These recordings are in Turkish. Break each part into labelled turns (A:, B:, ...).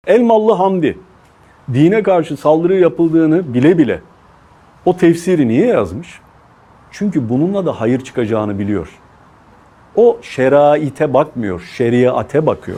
A: Elmalı Hamdi, dine karşı saldırı yapıldığını bile bile o tefsiri niye yazmış? Çünkü bununla da hayır çıkacağını biliyor. O şeraite bakmıyor, şeriate bakıyor.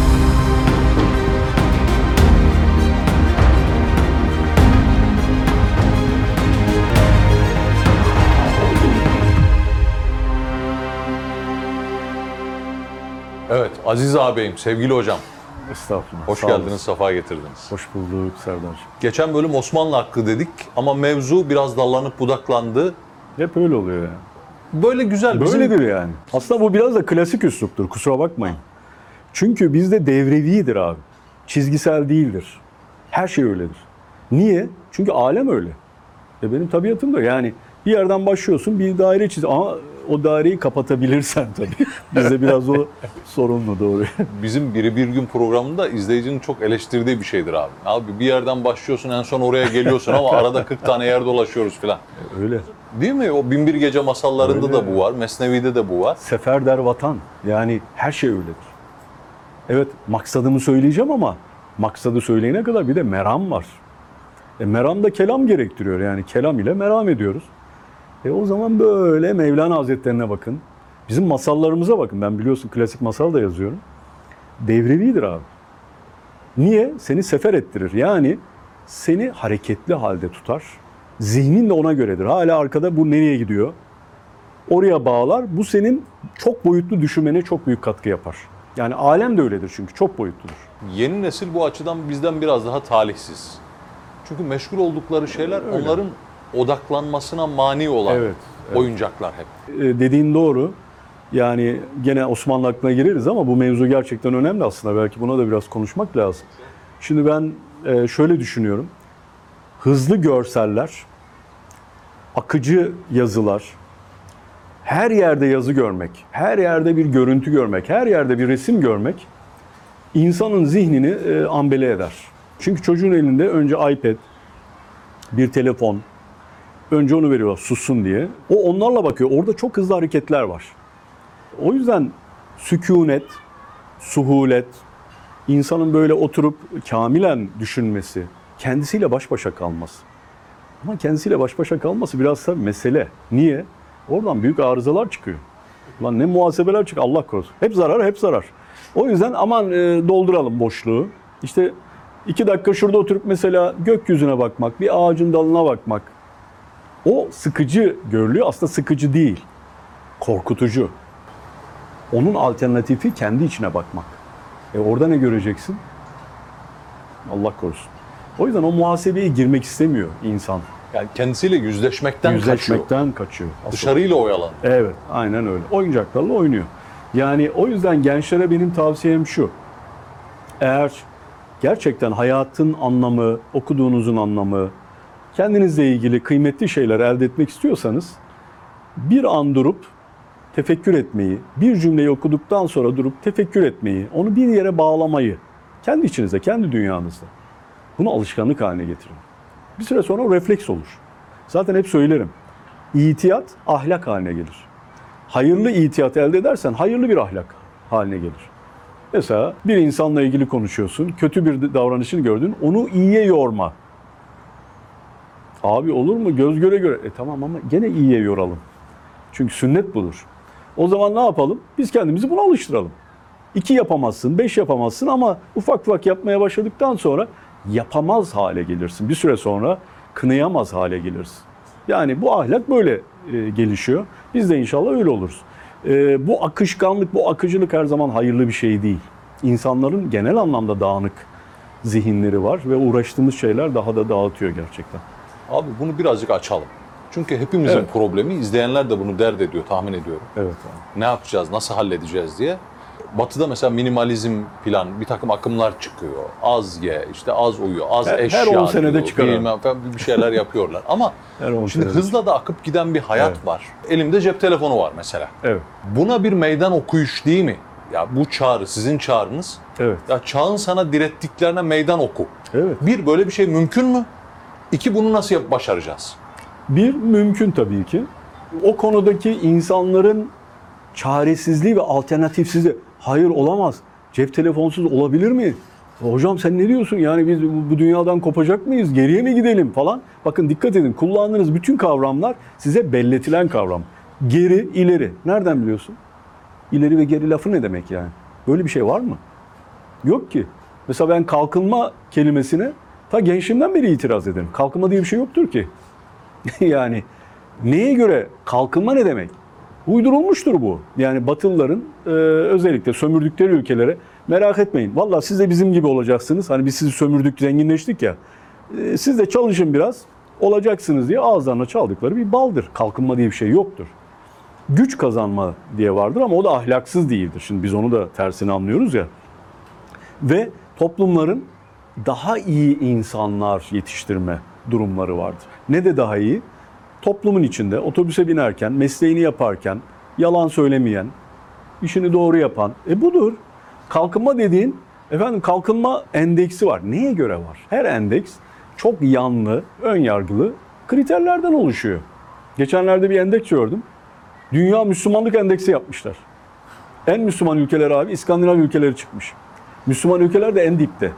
B: Evet, Aziz ağabeyim, sevgili hocam.
A: Estağfurullah.
B: Hoş geldiniz, safa getirdiniz.
A: Hoş bulduk Serdar'cığım.
B: Geçen bölüm Osmanlı hakkı dedik ama mevzu biraz dallanıp budaklandı.
A: Hep öyle oluyor yani.
B: Böyle güzel.
A: Böyledir yani. Aslında bu biraz da klasik üsluptur, kusura bakmayın. Çünkü bizde devrevidir abi. Çizgisel değildir. Her şey öyledir. Niye? Çünkü alem öyle. Benim tabiatım da yani bir yerden başlıyorsun, bir daire çiz ama o daireyi kapatabilirsen tabii. Bizde biraz o sorunlu, doğru.
B: Bizim Biri Bir Gün programında izleyicinin çok eleştirdiği bir şeydir abi. Abi bir yerden başlıyorsun, en son oraya geliyorsun ama arada 40 tane yer dolaşıyoruz falan.
A: Öyle.
B: Değil mi? O Binbir Gece masallarında
A: Öyle.
B: da bu var, Mesnevi'de de bu var.
A: Sefer der vatan. Yani her şey öyledir. Evet, maksadımı söyleyeceğim ama maksadı söyleyene kadar bir de meram var. Meram da kelam gerektiriyor. Yani kelam ile meram ediyoruz. O zaman böyle Mevlana Hazretlerine bakın. Bizim masallarımıza bakın. Ben biliyorsun klasik masal da yazıyorum. Devrevidir abi. Niye? Seni sefer ettirir. Yani seni hareketli halde tutar. Zihnin de ona göredir. Hala arkada bu nereye gidiyor? Oraya bağlar. Bu senin çok boyutlu düşünmene çok büyük katkı yapar. Yani alem de öyledir çünkü çok boyutludur.
B: Yeni nesil bu açıdan bizden biraz daha talihsiz. Çünkü meşgul oldukları şeyler
A: Öyle.
B: onların odaklanmasına mani olan
A: Evet.
B: oyuncaklar hep.
A: Dediğin doğru. Yani gene Osmanlı aklına gireriz ama bu mevzu gerçekten önemli aslında. Belki buna da biraz konuşmak lazım. Şimdi ben şöyle düşünüyorum. Hızlı görseller, akıcı yazılar, her yerde yazı görmek, her yerde bir görüntü görmek, her yerde bir resim görmek insanın zihnini ambele eder. Çünkü çocuğun elinde önce iPad, bir telefon, önce onu veriyorlar sussun diye. O onlarla bakıyor. Orada çok hızlı hareketler var. O yüzden sükunet, suhulet, insanın böyle oturup kamilen düşünmesi, kendisiyle baş başa kalması. Ama kendisiyle baş başa kalması biraz tabii mesele. Niye? Oradan büyük arızalar çıkıyor. Lan ne muhasebeler çıkıyor Allah korusun. Hep zarar, hep zarar. O yüzden aman dolduralım boşluğu. İşte 2 dakika şurada oturup mesela gökyüzüne bakmak, bir ağacın dalına bakmak. O sıkıcı görülüyor. Aslında sıkıcı değil. Korkutucu. Onun alternatifi kendi içine bakmak. Orada ne göreceksin? Allah korusun. O yüzden o muhasebeye girmek istemiyor insan.
B: Yani kendisiyle yüzleşmekten
A: kaçıyor.
B: Dışarıyla oyalanıyor.
A: Evet, aynen öyle. Oyuncaklarla oynuyor. Yani o yüzden gençlere benim tavsiyem şu. Eğer gerçekten hayatın anlamı, okuduğunuzun anlamı, kendinizle ilgili kıymetli şeyler elde etmek istiyorsanız bir an durup tefekkür etmeyi, bir cümleyi okuduktan sonra durup tefekkür etmeyi, onu bir yere bağlamayı, kendi içinizde, kendi dünyanızda bunu alışkanlık haline getirin. Bir süre sonra o refleks olur. Zaten hep söylerim. İtiyat ahlak haline gelir. Hayırlı itiyat elde edersen hayırlı bir ahlak haline gelir. Mesela bir insanla ilgili konuşuyorsun, kötü bir davranışını gördün, onu iyiye yorma. Abi olur mu? Göz göre göre. Tamam ama gene iyiye yoralım. Çünkü sünnet budur. O zaman ne yapalım? Biz kendimizi buna alıştıralım. 2 yapamazsın, 5 yapamazsın ama ufak ufak yapmaya başladıktan sonra yapamaz hale gelirsin. Bir süre sonra kınayamaz hale gelirsin. Yani bu ahlak böyle gelişiyor. Biz de inşallah öyle oluruz. Bu akışkanlık, bu akıcılık her zaman hayırlı bir şey değil. İnsanların genel anlamda dağınık zihinleri var ve uğraştığımız şeyler daha da dağıtıyor gerçekten.
B: Abi bunu birazcık açalım. Çünkü hepimizin problemi, izleyenler de bunu dert ediyor, tahmin ediyorum.
A: Evet abi.
B: Ne yapacağız, nasıl halledeceğiz diye. Batı'da mesela minimalizm plan, bir takım akımlar çıkıyor. Az ye, işte az uyu, az eşya.
A: Her 10 senede
B: diyor,
A: çıkar.
B: bir şeyler yapıyorlar. Ama şimdi hızla da akıp giden bir hayat var. Elimde cep telefonu var mesela.
A: Evet.
B: Buna bir meydan okuyuş değil mi? Ya bu çağrı, sizin çağrınız.
A: Evet.
B: Ya çağın sana direttiklerine meydan oku.
A: Evet.
B: Bir, böyle bir şey mümkün mü? 2, bunu nasıl başaracağız?
A: Bir, mümkün tabii ki. O konudaki insanların çaresizliği ve alternatifsizliği. Hayır olamaz. Cep telefonsuz olabilir mi? Hocam sen ne diyorsun? Yani biz bu dünyadan kopacak mıyız? Geriye mi gidelim falan? Bakın dikkat edin. Kullandığınız bütün kavramlar size belletilen kavram. Geri, ileri. Nereden biliyorsun? İleri ve geri lafı ne demek yani? Böyle bir şey var mı? Yok ki. Mesela ben kalkınma kelimesine ta gençliğimden beri itiraz ederim. Kalkınma diye bir şey yoktur ki. Yani neye göre kalkınma ne demek? Uydurulmuştur bu. Yani Batılıların özellikle sömürdükleri ülkelere merak etmeyin. Vallahi siz de bizim gibi olacaksınız. Hani biz sizi sömürdük, zenginleştik ya. Siz de çalışın biraz, olacaksınız diye ağızlarına çaldıkları bir baldır. Kalkınma diye bir şey yoktur. Güç kazanma diye vardır ama o da ahlaksız değildir. Şimdi biz onu da tersini anlıyoruz ya. Ve toplumların daha iyi insanlar yetiştirme durumları vardır. Ne de daha iyi? Toplumun içinde otobüse binerken, mesleğini yaparken, yalan söylemeyen, işini doğru yapan. Budur. Kalkınma dediğin, efendim kalkınma endeksi var. Neye göre var? Her endeks çok yanlı, ön yargılı kriterlerden oluşuyor. Geçenlerde bir endeks gördüm. Dünya Müslümanlık Endeksi yapmışlar. En Müslüman ülkeler abi, İskandinav ülkeleri çıkmış. Müslüman ülkeler de en dipte.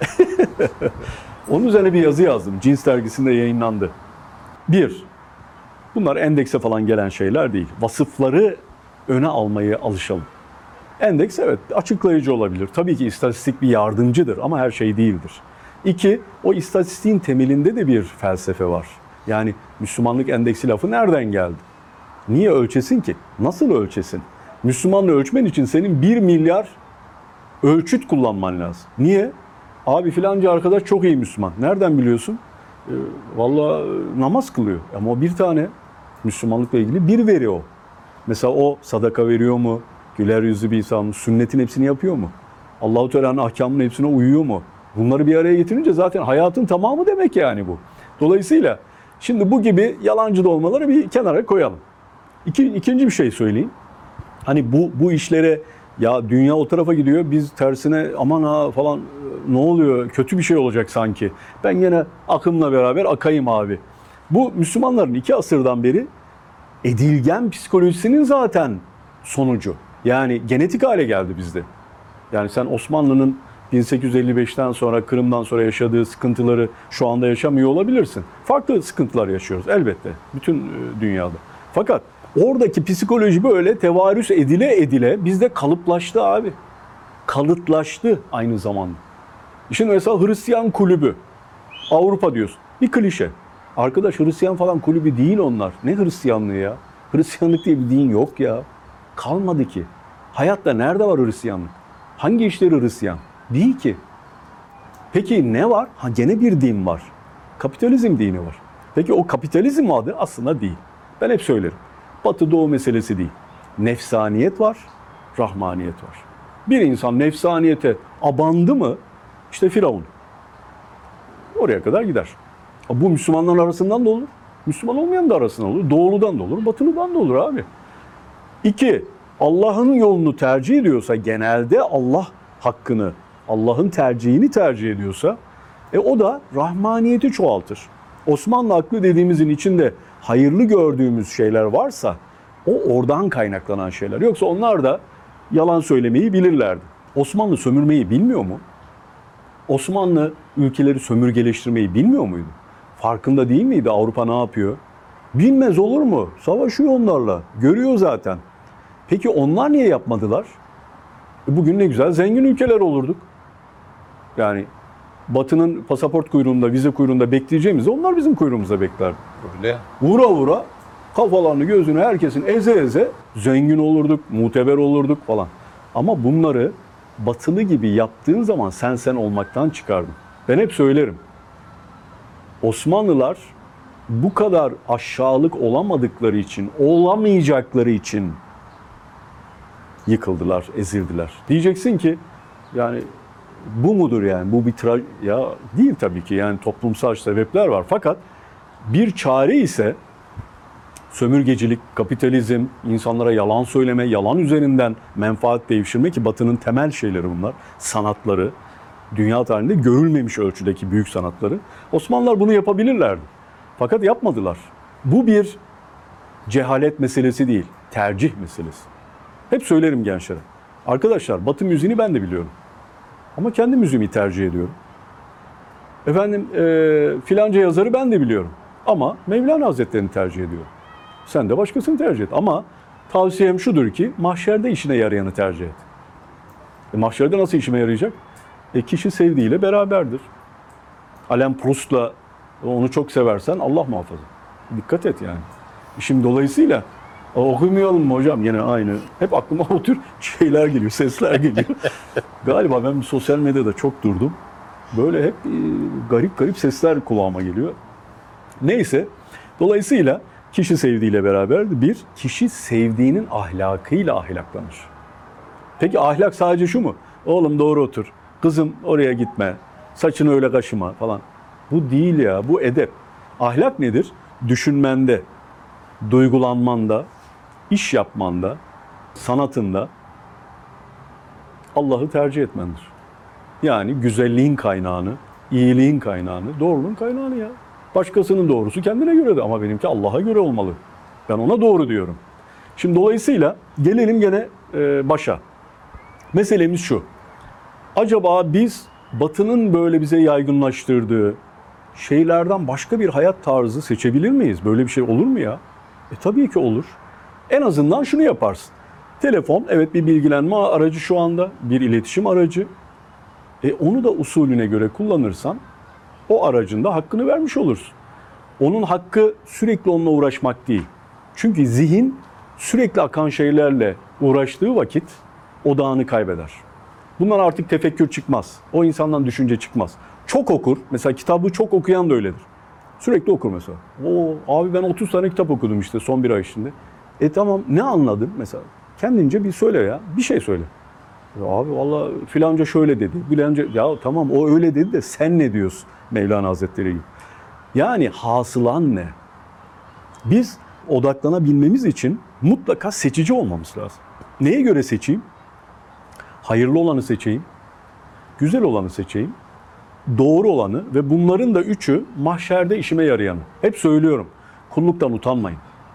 A: Onun üzerine bir yazı yazdım. Cins dergisinde yayınlandı. Bir, bunlar endekse falan gelen şeyler değil. Vasıfları öne almaya alışalım. Endeks evet açıklayıcı olabilir. Tabii ki istatistik bir yardımcıdır ama her şey değildir. İki, o istatistiğin temelinde de bir felsefe var. Yani Müslümanlık endeksi lafı nereden geldi? Niye ölçesin ki? Nasıl ölçesin? Müslümanlığı ölçmen için senin 1 milyar ölçüt kullanman lazım. Niye? Abi filanca arkadaş çok iyi Müslüman. Nereden biliyorsun? Vallahi namaz kılıyor. Ama o bir tane Müslümanlıkla ilgili bir veri o. Mesela o sadaka veriyor mu? Güler yüzlü bir insan mı? Sünnetin hepsini yapıyor mu? Allahu Teala'nın ahkamının hepsine uyuyor mu? Bunları bir araya getirince zaten hayatın tamamı demek yani bu. Dolayısıyla şimdi bu gibi yalancı dolmaları bir kenara koyalım. İkinci bir şey söyleyeyim. Hani bu işlere ya dünya o tarafa gidiyor biz tersine aman ha falan ne oluyor kötü bir şey olacak sanki. Ben yine akımla beraber akayım abi. Bu Müslümanların 2 asırdan beri edilgen psikolojisinin zaten sonucu. Yani genetik hale geldi bizde. Yani sen Osmanlı'nın 1855'ten sonra Kırım'dan sonra yaşadığı sıkıntıları şu anda yaşamıyor olabilirsin. Farklı sıkıntılar yaşıyoruz elbette bütün dünyada. Fakat oradaki psikoloji böyle tevarüs edile bizde kalıplaştı abi. Kalıtlaştı aynı zamanda. Şimdi mesela Hristiyan kulübü. Avrupa diyorsun. Bir klişe. Arkadaş Hristiyan falan kulübü değil onlar. Ne Hristiyanlığı ya? Hristiyanlık diye bir din yok ya. Kalmadı ki. Hayatta nerede var Hristiyanlık? Hangi işleri Hristiyan? Değil ki. Peki ne var? Gene bir din var. Kapitalizm dini var. Peki o kapitalizm adı aslında değil. Ben hep söylerim. Batı doğu meselesi değil. Nefsaniyet var, rahmaniyet var. Bir insan nefsaniyete abandı mı işte Firavun. Oraya kadar gider. Bu Müslümanların arasından da olur. Müslüman olmayan da arasından olur. Doğuludan da olur, batılıdan da olur abi. 2. Allah'ın yolunu tercih ediyorsa genelde Allah hakkını, Allah'ın tercihini tercih ediyorsa o da rahmaniyeti çoğaltır. Osmanlı aklı dediğimizin içinde hayırlı gördüğümüz şeyler varsa o oradan kaynaklanan şeyler. Yoksa onlar da yalan söylemeyi bilirlerdi. Osmanlı sömürmeyi bilmiyor mu? Osmanlı ülkeleri sömürgeleştirmeyi bilmiyor muydu? Farkında değil miydi Avrupa ne yapıyor? Bilmez olur mu? Savaşıyor onlarla. Görüyor zaten. Peki onlar niye yapmadılar? Bugün ne güzel zengin ülkeler olurduk. Yani Batı'nın pasaport kuyruğunda, vize kuyruğunda bekleyeceğimizi onlar bizim kuyruğumuzda beklerdi.
B: Öyle.
A: Vura vura kafalarını gözünü herkesin eze eze zengin olurduk, muteber olurduk falan. Ama bunları batılı gibi yaptığın zaman sen olmaktan çıkardın. Ben hep söylerim. Osmanlılar bu kadar aşağılık olamadıkları için, olamayacakları için yıkıldılar, ezildiler. Diyeceksin ki yani bu mudur yani? Bu bir ya değil tabii ki yani toplumsal sebepler var. Fakat bir çare ise sömürgecilik, kapitalizm, insanlara yalan söyleme, yalan üzerinden menfaat devşirme ki Batı'nın temel şeyleri bunlar. Sanatları, dünya tarihinde görülmemiş ölçüdeki büyük sanatları. Osmanlılar bunu yapabilirlerdi. Fakat yapmadılar. Bu bir cehalet meselesi değil, tercih meselesi. Hep söylerim gençlere. Arkadaşlar Batı müziğini ben de biliyorum. Ama kendi müziğimi tercih ediyorum. Efendim filanca yazarı ben de biliyorum. Ama Mevlana Hazretleri'ni tercih ediyorum. Sen de başkasını tercih et. Ama tavsiyem şudur ki mahşerde işine yarayanı tercih et. Mahşerde nasıl işime yarayacak? Kişi sevdiğiyle beraberdir. Alain Proust'la onu çok seversen Allah muhafaza. Dikkat et yani. Şimdi dolayısıyla okumayalım mı hocam? Yine aynı. Hep aklıma o tür şeyler geliyor, sesler geliyor. Galiba ben sosyal medyada çok durdum. Böyle hep garip garip sesler kulağıma geliyor. Neyse. Dolayısıyla kişi sevdiğiyle beraber bir, kişi sevdiğinin ahlakıyla ahlaklanır. Peki ahlak sadece şu mu? Oğlum doğru otur. Kızım oraya gitme. Saçını öyle kaşıma falan. Bu değil ya. Bu edep. Ahlak nedir? Düşünmende, duygulanmanda, iş yapmanda, sanatında Allah'ı tercih etmendir. Yani güzelliğin kaynağını, iyiliğin kaynağını, doğruluğun kaynağını ya. Başkasının doğrusu kendine göredir ama benimki Allah'a göre olmalı. Ben ona doğru diyorum. Şimdi dolayısıyla gelelim gene başa. Meselemiz şu. Acaba biz Batı'nın böyle bize yaygınlaştırdığı şeylerden başka bir hayat tarzı seçebilir miyiz? Böyle bir şey olur mu ya? Tabii ki olur. En azından şunu yaparsın. Telefon evet bir bilgilenme aracı şu anda, bir iletişim aracı. Onu da usulüne göre kullanırsan o aracın da hakkını vermiş olursun. Onun hakkı sürekli onunla uğraşmak değil. Çünkü zihin sürekli akan şeylerle uğraştığı vakit odağını kaybeder. Bundan artık tefekkür çıkmaz. O insandan düşünce çıkmaz. Çok okur. Mesela kitabı çok okuyan da öyledir. Sürekli okur mesela. Abi ben 30 tane kitap okudum işte son bir ay içinde. Tamam ne anladın mesela? Kendince bir söyle ya. Bir şey söyle. Ya abi valla filanca şöyle dedi. Filanca ya tamam o öyle dedi de sen ne diyorsun Mevlana Hazretleri gibi. Yani hasılan ne? Biz odaklanabilmemiz için mutlaka seçici olmamız lazım. Neye göre seçeyim? Hayırlı olanı seçeyim. Güzel olanı seçeyim. Doğru olanı ve bunların da üçü mahşerde işime yarayanı. Hep söylüyorum. Kulluktan utanmayın.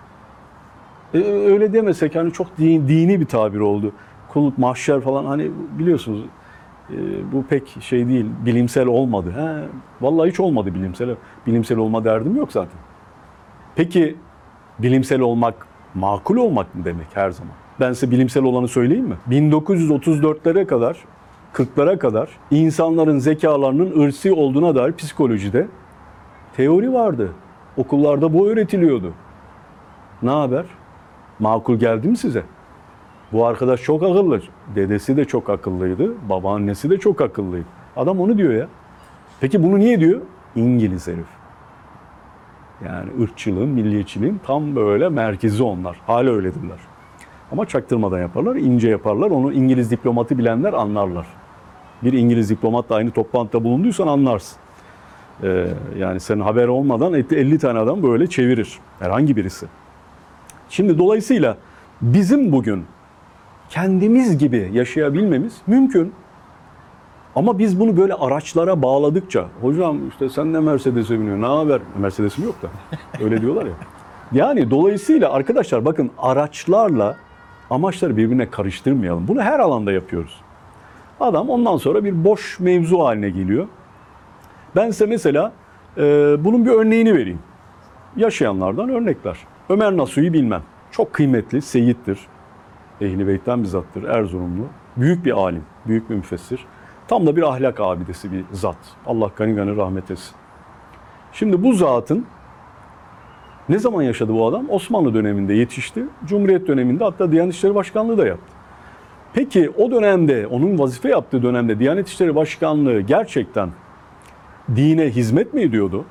A: Öyle demesek hani çok dini bir tabir oldu. Kulluk, mahşer falan hani biliyorsunuz bu pek şey değil, bilimsel olmadı. Vallahi hiç olmadı bilimsel. Bilimsel olma derdim yok zaten. Peki bilimsel olmak, makul olmak mı demek her zaman? Ben size bilimsel olanı söyleyeyim mi? 1934'lere kadar, 40'lara kadar insanların zekalarının ırsi olduğuna dair psikolojide teori vardı. Okullarda bu öğretiliyordu. Ne haber? Makul geldi mi size? Bu arkadaş çok akıllı. Dedesi de çok akıllıydı. Babaannesi de çok akıllıydı. Adam onu diyor ya. Peki bunu niye diyor? İngiliz herif. Yani ırkçılığın, milliyetçiliğin tam böyle merkezi onlar. Hala öyledirler. Ama çaktırmadan yaparlar, ince yaparlar. Onu İngiliz diplomatı bilenler anlarlar. Bir İngiliz diplomatla aynı toplantıda bulunduysan anlarsın. Yani senin haber olmadan 50 tane adam böyle çevirir. Herhangi birisi. Şimdi dolayısıyla bizim bugün kendimiz gibi yaşayabilmemiz mümkün. Ama biz bunu böyle araçlara bağladıkça, hocam işte sen ne Mercedes'e biniyorsun, ne haber? Mercedes'im yok da, öyle diyorlar ya. Yani dolayısıyla arkadaşlar bakın araçlarla amaçları birbirine karıştırmayalım. Bunu her alanda yapıyoruz. Adam ondan sonra bir boş mevzu haline geliyor. Ben size mesela bunun bir örneğini vereyim. Yaşayanlardan örnekler. Ömer Nasuh'u bilmem. Çok kıymetli, seyittir. Ehl-i Beyt'ten bir zattır, Erzurumlu. Büyük bir alim, büyük bir müfessir. Tam da bir ahlak abidesi bir zat. Allah gani gani rahmet etsin. Şimdi bu zatın ne zaman yaşadı bu adam? Osmanlı döneminde yetişti. Cumhuriyet döneminde hatta Diyanet İşleri Başkanlığı da yaptı. Peki o dönemde, onun vazife yaptığı dönemde Diyanet İşleri Başkanlığı gerçekten dine hizmet mi ediyordu?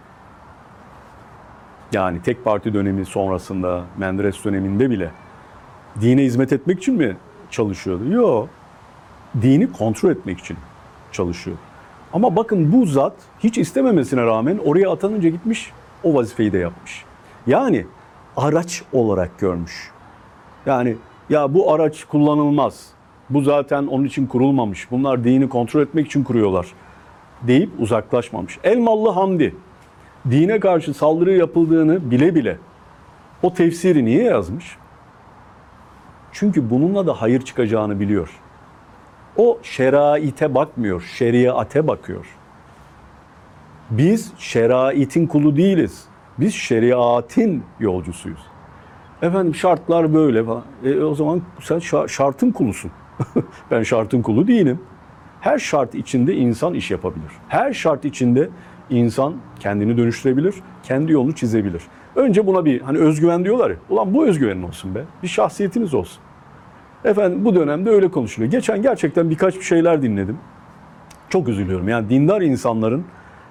A: Yani tek parti dönemi sonrasında, Menderes döneminde bile dine hizmet etmek için mi çalışıyordu? Yok. Dini kontrol etmek için çalışıyor. Ama bakın bu zat hiç istememesine rağmen oraya atanınca gitmiş, o vazifeyi de yapmış. Yani araç olarak görmüş. Yani ya bu araç kullanılmaz. Bu zaten onun için kurulmamış. Bunlar dini kontrol etmek için kuruyorlar deyip uzaklaşmamış. Elmalı Hamdi dine karşı saldırı yapıldığını bile bile o tefsiri niye yazmış? Çünkü bununla da hayır çıkacağını biliyor. O şeraite bakmıyor, şeriate bakıyor. Biz şeraitin kulu değiliz. Biz şeriatin yolcusuyuz. Efendim şartlar böyle falan. O zaman sen şartın kulusun. Ben şartın kulu değilim. Her şart içinde insan iş yapabilir. Her şart içinde insan kendini dönüştürebilir, kendi yolunu çizebilir. Önce buna bir hani özgüven diyorlar ya. Ulan bu özgüvenin olsun be. Bir şahsiyetiniz olsun. Efendim bu dönemde öyle konuşuluyor. Geçen gerçekten birkaç bir şeyler dinledim. Çok üzülüyorum. Yani dindar insanların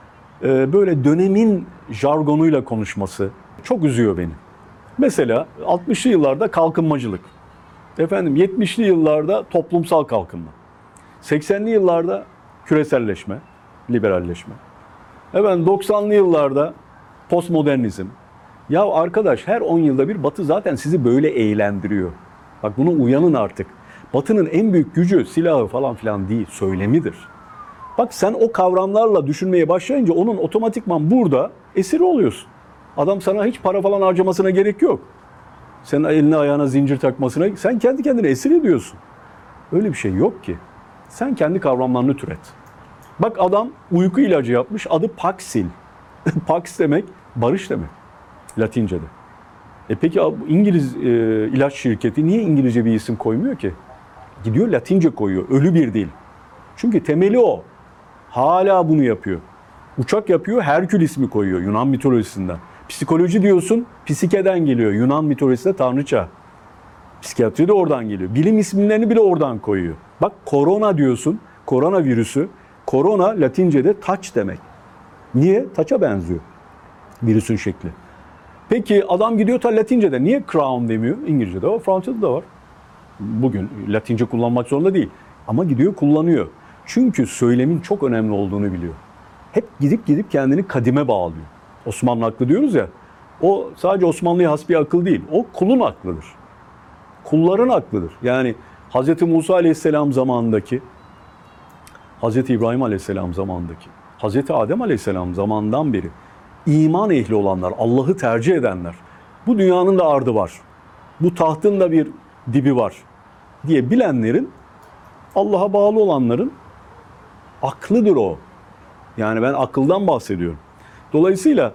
A: böyle dönemin jargonuyla konuşması çok üzüyor beni. Mesela 60'lı yıllarda kalkınmacılık. Efendim 70'li yıllarda toplumsal kalkınma. 80'li yıllarda küreselleşme, liberalleşme. Efendim 90'lı yıllarda postmodernizm. Ya arkadaş her 10 yılda bir Batı zaten sizi böyle eğlendiriyor. Bak buna uyanın artık. Batı'nın en büyük gücü silahı falan filan değil, söylemidir. Bak sen o kavramlarla düşünmeye başlayınca onun otomatikman burada esiri oluyorsun. Adam sana hiç para falan harcamasına gerek yok. Senin eline ayağına zincir takmasına, sen kendi kendine esir ediyorsun. Öyle bir şey yok ki. Sen kendi kavramlarını türet. Bak adam uyku ilacı yapmış, adı Paxil. Pax demek barış demek Latince'de. Peki İngiliz ilaç şirketi niye İngilizce bir isim koymuyor ki? Gidiyor Latince koyuyor, ölü bir dil. Çünkü temeli o. Hala bunu yapıyor. Uçak yapıyor, Herkül ismi koyuyor Yunan mitolojisinden. Psikoloji diyorsun, psikeden geliyor. Yunan mitolojisinde tanrıça. Psikiyatri de oradan geliyor. Bilim isimlerini bile oradan koyuyor. Bak korona diyorsun, koronavirüsü. Korona Latince'de taç demek. Niye? Taça benziyor virüsün şekli. Peki adam gidiyor ta Latince'de. Niye crown demiyor? İngilizce'de var, Fransızca'da da var. Bugün Latince kullanmak zorunda değil. Ama gidiyor kullanıyor. Çünkü söylemin çok önemli olduğunu biliyor. Hep gidip kendini kadime bağlıyor. Osmanlı aklı diyoruz ya. O sadece Osmanlı'ya has bir akıl değil. O kulun aklıdır. Kulların aklıdır. Yani Hz. Musa Aleyhisselam zamanındaki, Hz. İbrahim Aleyhisselam zamanındaki, Hz. Adem Aleyhisselam zamandan beri iman ehli olanlar, Allah'ı tercih edenler, bu dünyanın da ardı var, bu tahtın da bir dibi var diye bilenlerin, Allah'a bağlı olanların aklıdır o. Yani ben akıldan bahsediyorum. Dolayısıyla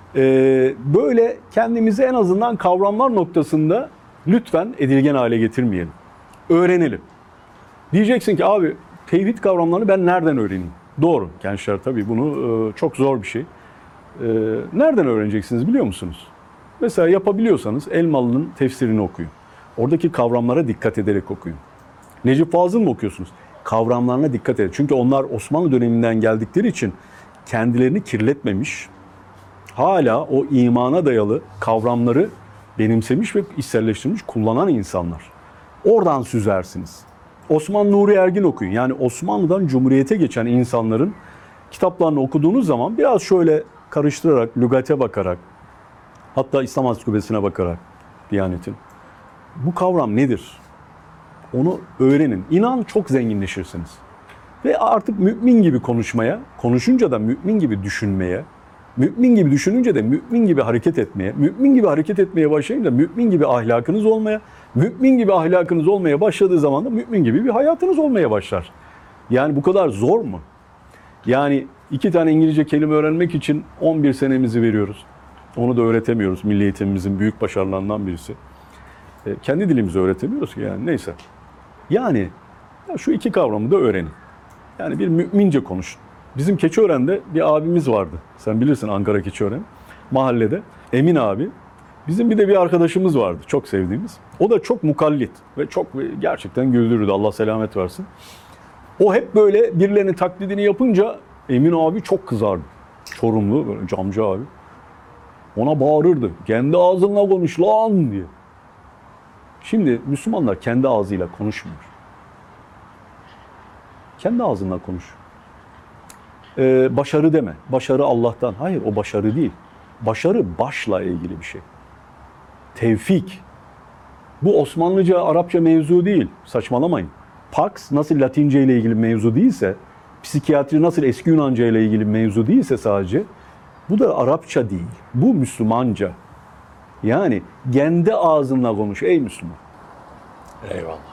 A: böyle kendimizi en azından kavramlar noktasında lütfen edilgen hale getirmeyelim. Öğrenelim. Diyeceksin ki abi tevhid kavramlarını ben nereden öğreneyim? Doğru gençler tabii bunu çok zor bir şey. Nereden öğreneceksiniz biliyor musunuz? Mesela yapabiliyorsanız Elmalı'nın tefsirini okuyun. Oradaki kavramlara dikkat ederek okuyun. Necip Fazıl mı okuyorsunuz? Kavramlarına dikkat edin. Çünkü onlar Osmanlı döneminden geldikleri için kendilerini kirletmemiş, hala o imana dayalı kavramları benimsemiş ve içselleştirmiş kullanan insanlar. Oradan süzersiniz. Osman Nuri Ergin okuyun. Yani Osmanlı'dan Cumhuriyet'e geçen insanların kitaplarını okuduğunuz zaman biraz şöyle karıştırarak, lügate bakarak, hatta İslam Ansiklopedisine bakarak Diyanet'in. Bu kavram nedir? Onu öğrenin. İnan çok zenginleşirsiniz. Ve artık mümin gibi konuşmaya, konuşunca da mümin gibi düşünmeye, mümin gibi düşününce de mümin gibi hareket etmeye, mümin gibi hareket etmeye başlayınca mümin gibi ahlakınız olmaya, mümin gibi ahlakınız olmaya başladığı zaman da mümin gibi bir hayatınız olmaya başlar. Yani bu kadar zor mu? Yani 2 tane İngilizce kelime öğrenmek için 11 senemizi veriyoruz. Onu da öğretemiyoruz. Milli eğitimimizin büyük başarılarından birisi. Kendi dilimizi öğretemiyoruz ki yani neyse. Yani şu 2 kavramı da öğrenin. Yani bir mümince konuşun. Bizim Keçiören'de bir abimiz vardı. Sen bilirsin Ankara Keçiören. Mahallede Emin abi. Bizim bir de bir arkadaşımız vardı. Çok sevdiğimiz. O da çok mukallit ve çok gerçekten güldürürdü. Allah selamet versin. O hep böyle birilerinin taklidini yapınca Emin abi çok kızardı. Çorumlu böyle camcı abi. Ona bağırırdı. Kendi ağzınla konuş lan diye. Şimdi Müslümanlar kendi ağzıyla konuşmuyor. Kendi ağzınla konuş. Başarı deme. Başarı Allah'tan. Hayır o başarı değil. Başarı başla ilgili bir şey. Tevfik. Bu Osmanlıca, Arapça mevzu değil. Saçmalamayın. Pax nasıl Latince ile ilgili mevzu değilse, psikiyatri nasıl eski Yunanca ile ilgili mevzu değilse sadece, bu da Arapça değil. Bu Müslümanca. Yani kendi ağzınla konuş ey Müslüman.
B: Eyvallah.